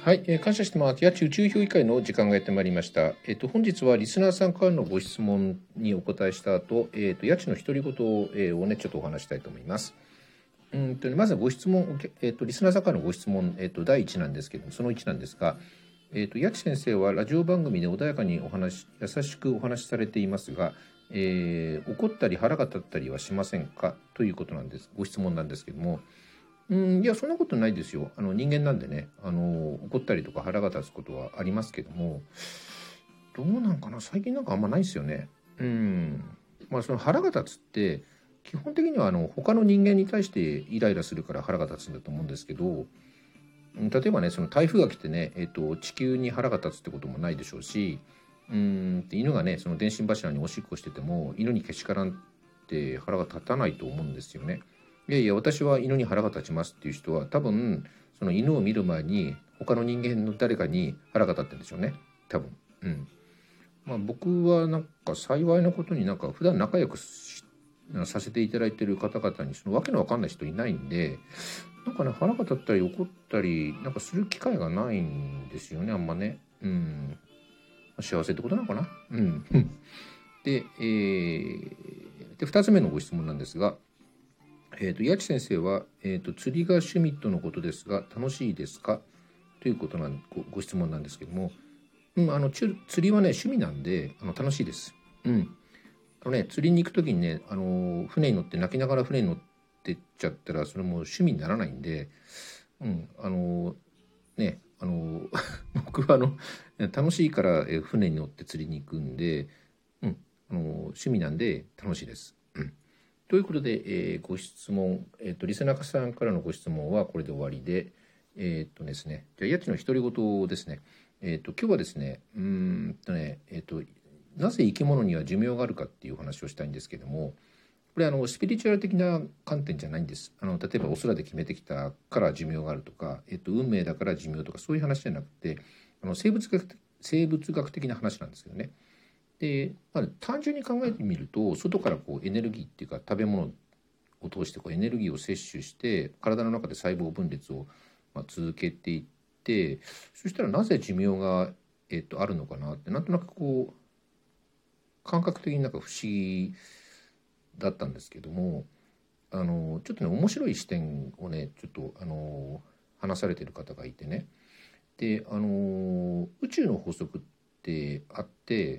はい、感謝してます。八千宇宙評議会の時間がやってまいりました。本日はリスナーさんからのご質問にお答えした後、八千の独り言を、ね、ちょっとお話したいと思います。まずはご質問、リスナーさんからのご質問、第1なんですけども、その1なんですが、八千先生はラジオ番組で穏やかに優しくお話しされていますが、怒ったり腹が立ったりはしませんかということなんです。ご質問なんですけども、いや、そんなことないですよ。人間なんでね、怒ったりとか腹が立つことはありますけども、どうなんかな、最近なんかあんまないですよね。その腹が立つって基本的には他の人間に対してイライラするから腹が立つんだと思うんですけど、例えばね、その台風が来てね、地球に腹が立つってこともないでしょうし、犬がね、その電信柱におしっこしてても犬にけしからんって腹が立たないと思うんですよね。いやいや、私は犬に腹が立ちますっていう人は多分その犬を見る前に他の人間の誰かに腹が立ってるんでしょうね、多分。僕はなんか幸いなことになんか普段仲良くさせていただいている方々にそのわけのわかんない人いないんで、なんかね、腹が立ったり怒ったりなんかする機会がないんですよね、あんまね。幸せってことなのかな。で、2つ目のご質問なんですが、八千先生は、釣りが趣味とのことですが楽しいですかということなん ご質問なんですけども、釣りはね趣味なんで楽しいです。釣りに行く時にね、船に乗って泣きながら船に乗ってっちゃったらそれも趣味にならないんで、僕は楽しいから船に乗って釣りに行くんで、趣味なんで楽しいです。ということで、ご質問、リスナーさんからのご質問はこれで終わりで、ですね、じゃあ、家賃の独り言ですね。今日はですね、なぜ生き物には寿命があるかっていう話をしたいんですけども、これスピリチュアル的な観点じゃないんです。例えばお空で決めてきたから寿命があるとか、運命だから寿命とかそういう話じゃなくて、生物学的な話なんですけどね。で、単純に考えてみると、外からこうエネルギーっていうか食べ物を通してこうエネルギーを摂取して体の中で細胞分裂を続けていって、そしたらなぜ寿命が、あるのかなって、なんとなくこう感覚的になんか不思議だったんですけども、ちょっとね面白い視点をねちょっと話されてる方がいてね。で宇宙の法則ってあって、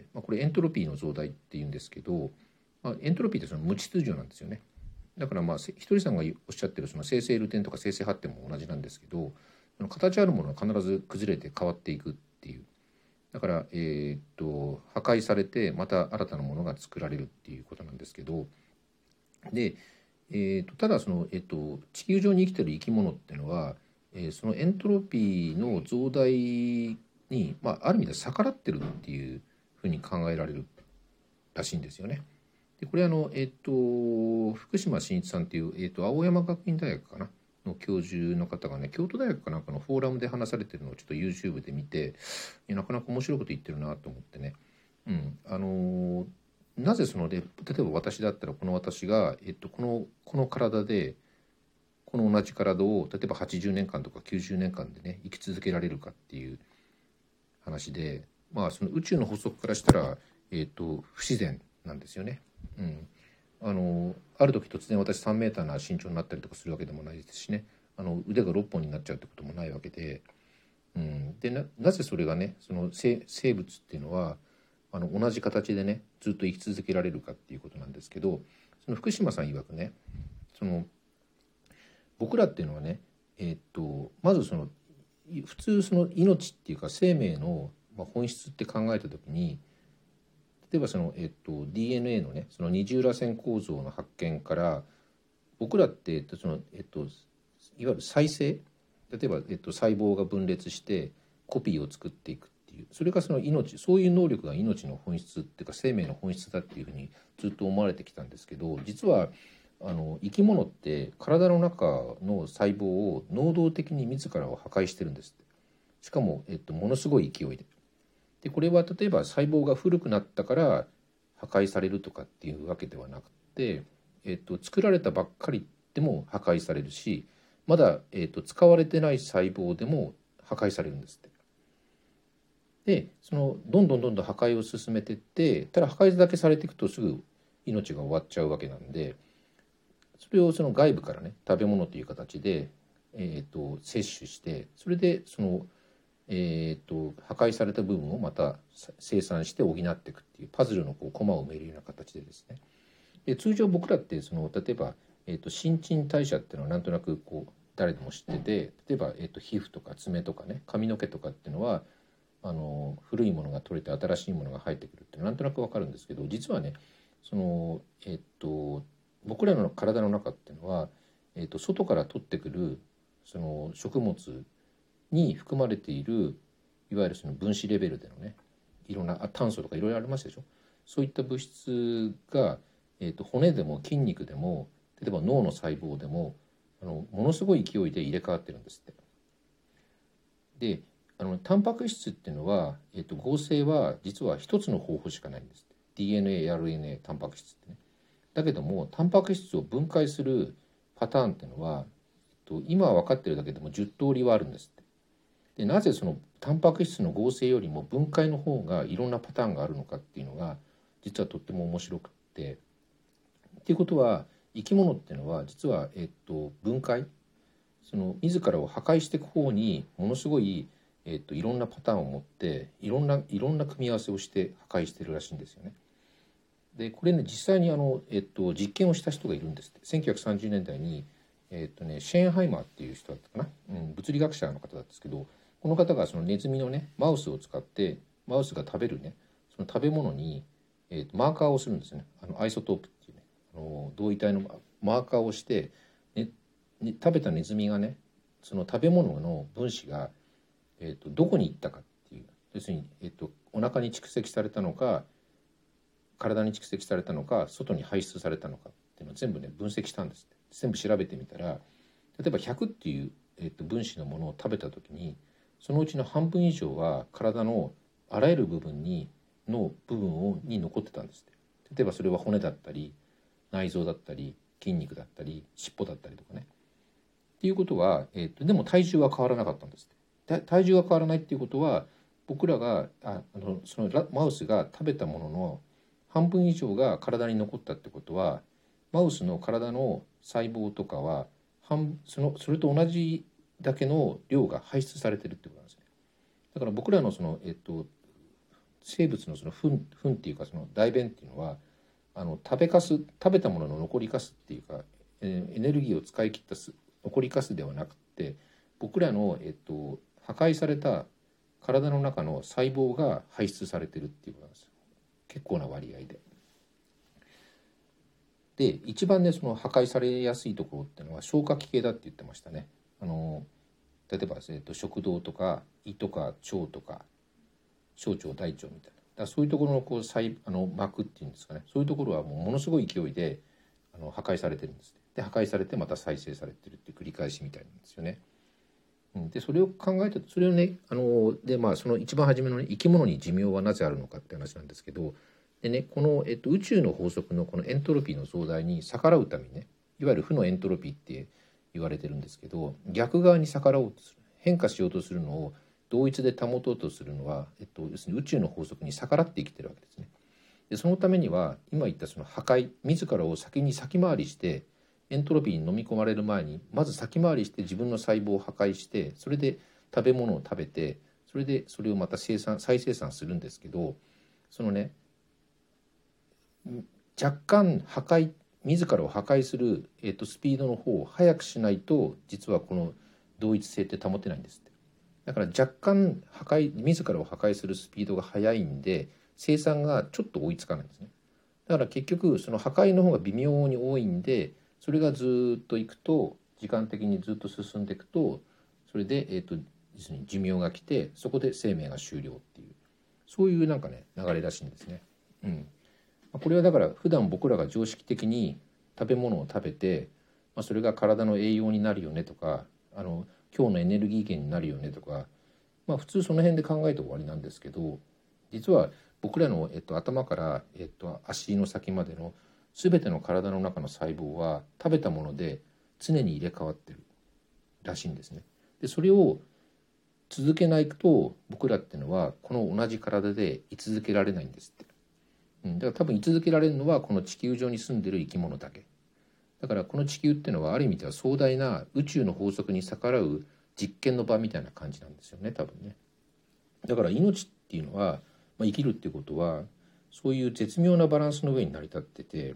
これエントロピーの増大っていうんですけど、エントロピーってその無秩序なんですよね。だからひとりさんがおっしゃってるその生成ルテンとか生成発展も同じなんですけど、形あるものは必ず崩れて変わっていくっていう。だから、破壊されてまた新たなものが作られるっていうことなんですけど、で、ただその、地球上に生きてる生き物っていうのは、そのエントロピーの増大に、ある意味で逆らってるっていうふうに考えられるらしいんですよね。でこれ福島真一さんっていう、青山学院大学かなの教授の方がね、京都大学かなんかのフォーラムで話されてるのをちょっと YouTube で見て、なかなか面白いこと言ってるなと思ってね。なぜその例えば私だったらこの私が、この体でこの同じ体を例えば80年間とか90年間でね生き続けられるかっていう話で、その宇宙の法則からしたら、不自然なんですよね。ある時突然私3メーターな身長になったりとかするわけでもないですしね、腕が6本になっちゃうってこともないわけで、なぜそれがね、その生物っていうのは同じ形でねずっと生き続けられるかっていうことなんですけど、その福島さん曰くね、その僕らっていうのはね、まずその普通その命っていうか生命の本質って考えた時に、例えばその、DNA のねその二重らせん構造の発見から僕らってその、いわゆる再生、例えば、細胞が分裂してコピーを作っていくっていう、それがその命、そういう能力が命の本質っていうか生命の本質だっていうふうにずっと思われてきたんですけど、実は生き物って体の中の細胞を能動的に自らを破壊してるんですって。しかも、ものすごい勢いで。でこれは例えば細胞が古くなったから破壊されるとかっていうわけではなくて、作られたばっかりでも破壊されるし、まだ、使われてない細胞でも破壊されるんですって。でそのどんどん破壊を進めていって、ただ破壊だけされていくとすぐ命が終わっちゃうわけなんで、それをその外部からね食べ物という形で、摂取して、それでその、破壊された部分をまた生産して補っていくっていうパズルのこう駒を埋めるような形でですね。で通常僕らってその例えば、新陳代謝っていうのはなんとなくこう誰でも知ってて、例えば、皮膚とか爪とかね髪の毛とかっていうのは古いものが取れて新しいものが入ってくるっていうのはなんとなく分かるんですけど、実はねその、僕らの体の中っていうのは、外から取ってくるその食物に含まれているいわゆるその分子レベルでのねいろんな炭素とかいろいろありますでしょ。そういった物質が、骨でも筋肉でも例えば脳の細胞でもものすごい勢いで入れ替わってるんですって。でタンパク質っていうのは、合成は実は一つの方法しかないんですって。 DNA、RNA、タンパク質ってね。だけどもタンパク質を分解するパターンっていうのは、今分かってるだけでも10通りはあるんですって。でなぜそのタンパク質の合成よりも分解の方がいろんなパターンがあるのかっていうのが実はとっても面白くって、っていうことは生き物っていうのは実は、分解、その自らを破壊していく方にものすごい、いろんなパターンを持っていろんな組み合わせをして破壊してるらしいんですよね。でこれね実際に実験をした人がいるんですって。1930年代に、シェーンハイマーっていう人だったかな、物理学者の方だったんですけど、この方がそのネズミのねマウスを使ってマウスが食べるねその食べ物に、マーカーをするんですね。アイソトープっていうね同位体のマーカーをして、食べたネズミがねその食べ物の分子が、どこに行ったかっていう、要するに、お腹に蓄積されたのか体に蓄積されたのか外に排出されたのかっていうのを全部ね分析したんですって。全部調べてみたら、例えば100っていう、分子のものを食べた時にそのうちの半分以上は体のあらゆる部分に残ってたんですって。例えばそれは骨だったり内臓だったり筋肉だったり尻尾だったりとかね。っていうことは、でも体重は変わらなかったんですって。体重が変わらないっていうことは僕らがそのマウスが食べたものの半分以上が体に残ったってことは、マウスの体の細胞とかはそれと同じだけの量が排出されてるってことなんですね。だから僕らのその、生物のその糞っていうかその大便っていうのは食べたものの残りかすっていうか、エネルギーを使い切った残りかすではなくて、僕らの、破壊された体の中の細胞が排出されてるっていうことなんですよ。結構な割合で。で一番ねその破壊されやすいところっていうのは消化器系だって言ってましたね。例えば、食道とか胃とか腸とか小腸大腸みたいな、だからそういうところのこう膜っていうんですかね、そういうところはものすごい勢いで破壊されてるんです。で破壊されてまた再生されてるっていう繰り返しみたいなんですよね。でそれを考えてそれをねその一番初めの、ね、生き物に寿命はなぜあるのかって話なんですけど、でねこの、宇宙の法則のこのエントロピーの増大に逆らうためにね、いわゆる負のエントロピーって言われてるんですけど、逆側に逆らおうとする、変化しようとするのを同一で保とうとするのは、要するに宇宙の法則に逆らって生きてるわけですね。でそのためには今言ったその破壊、自らを先回りしてエントロピーに飲み込まれる前にまず先回りして自分の細胞を破壊して、それで食べ物を食べて、それをまた再生産するんですけど、そのね若干自らを破壊する、スピードの方を速くしないと実はこの同一性って保てないんですって。だから若干自らを破壊するスピードが速いんで生産がちょっと追いつかないんですね。だから結局その破壊の方が微妙に多いんで、それがずっといくと時間的にずっと進んでいくと、それで、要するに寿命が来てそこで生命が終了っていう、そういうなんかね流れらしいんですね。これはだから普段僕らが常識的に食べ物を食べて、それが体の栄養になるよねとか今日のエネルギー源になるよねとか、普通その辺で考えて終わりなんですけど、実は僕らの、頭から、足の先までの全ての体の中の細胞は食べたもので常に入れ替わってるらしいんですね。でそれを続けないと僕らっていうのはこの同じ体で居続けられないんですって。だから多分居続けられるのはこの地球上に住んでる生き物だけだから、この地球っていうのはある意味では壮大な宇宙の法則に逆らう実験の場みたいな感じなんですよね、多分ね。だから命っていうのは、生きるっていうことはそういう絶妙なバランスの上に成り立ってて、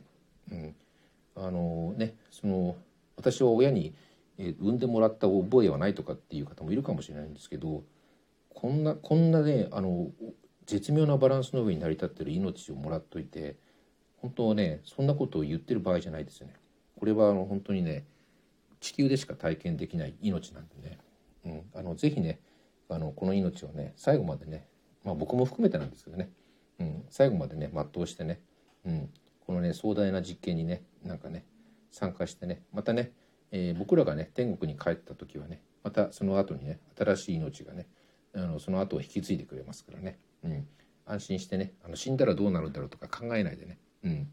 私は親に産んでもらった覚えはないとかっていう方もいるかもしれないんですけど、こんなね絶妙なバランスの上に成り立ってる命をもらっといて、本当ねそんなことを言ってる場合じゃないですよね。これは本当にね地球でしか体験できない命なんでね、ぜひねこの命をね最後までね、僕も含めてなんですけどね、最後までね全うしてね、このね壮大な実験にね参加してね、またね、僕らがね天国に帰った時はねまたその後にね新しい命がねその後を引き継いでくれますからね、安心してね死んだらどうなるんだろうとか考えないでね、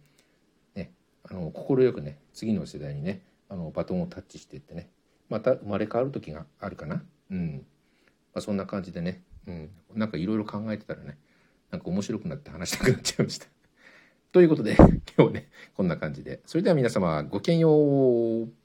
快くね次の世代にねバトンをタッチしていってね、また生まれ変わる時があるかな、そんな感じでね、いろいろ考えてたらね面白くなって話したくなっちゃいましたということで今日ねこんな感じで、それでは皆様ごきげんよう。